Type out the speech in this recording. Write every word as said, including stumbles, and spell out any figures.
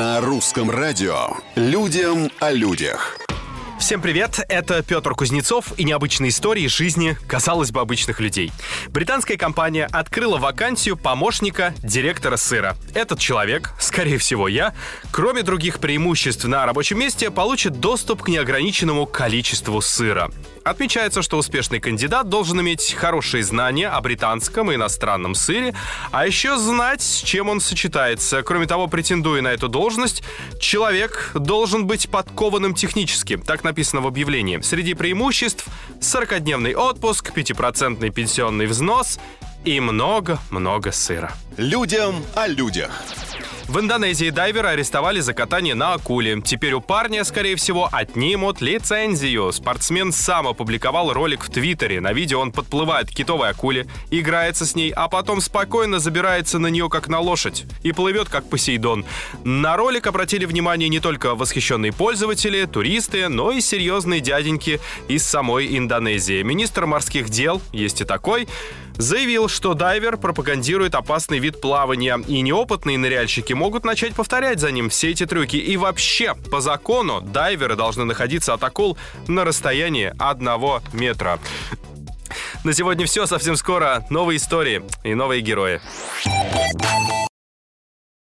На русском радио «Людям о людях». Всем привет, это Петр Кузнецов и необычные истории жизни, казалось бы, обычных людей. Британская компания открыла вакансию помощника директора сыра. Этот человек, скорее всего я, кроме других преимуществ на рабочем месте, получит доступ к неограниченному количеству сыра. Отмечается, что успешный кандидат должен иметь хорошие знания о британском и иностранном сыре, а еще знать, с чем он сочетается. Кроме того, претендуя на эту должность, человек должен быть подкованным технически. Так написано в объявлении. Среди преимуществ – сорокадневный отпуск, пятипроцентный пенсионный взнос и много-много сыра. Людям о людях. В Индонезии дайвера арестовали за катание на акуле. Теперь у парня, скорее всего, отнимут лицензию. Спортсмен сам опубликовал ролик в Твиттере. На видео он подплывает к китовой акуле, играется с ней, а потом спокойно забирается на нее, как на лошадь, и плывет, как Посейдон. На ролик обратили внимание не только восхищенные пользователи, туристы, но и серьезные дяденьки из самой Индонезии. Министр морских дел, есть и такой, заявил, что дайвер пропагандирует опасный вид плавания, и неопытные ныряльщики могут начать повторять за ним все эти трюки. И вообще, по закону, дайверы должны находиться от акул на расстоянии одного метра. На сегодня все. Совсем скоро новые истории и новые герои.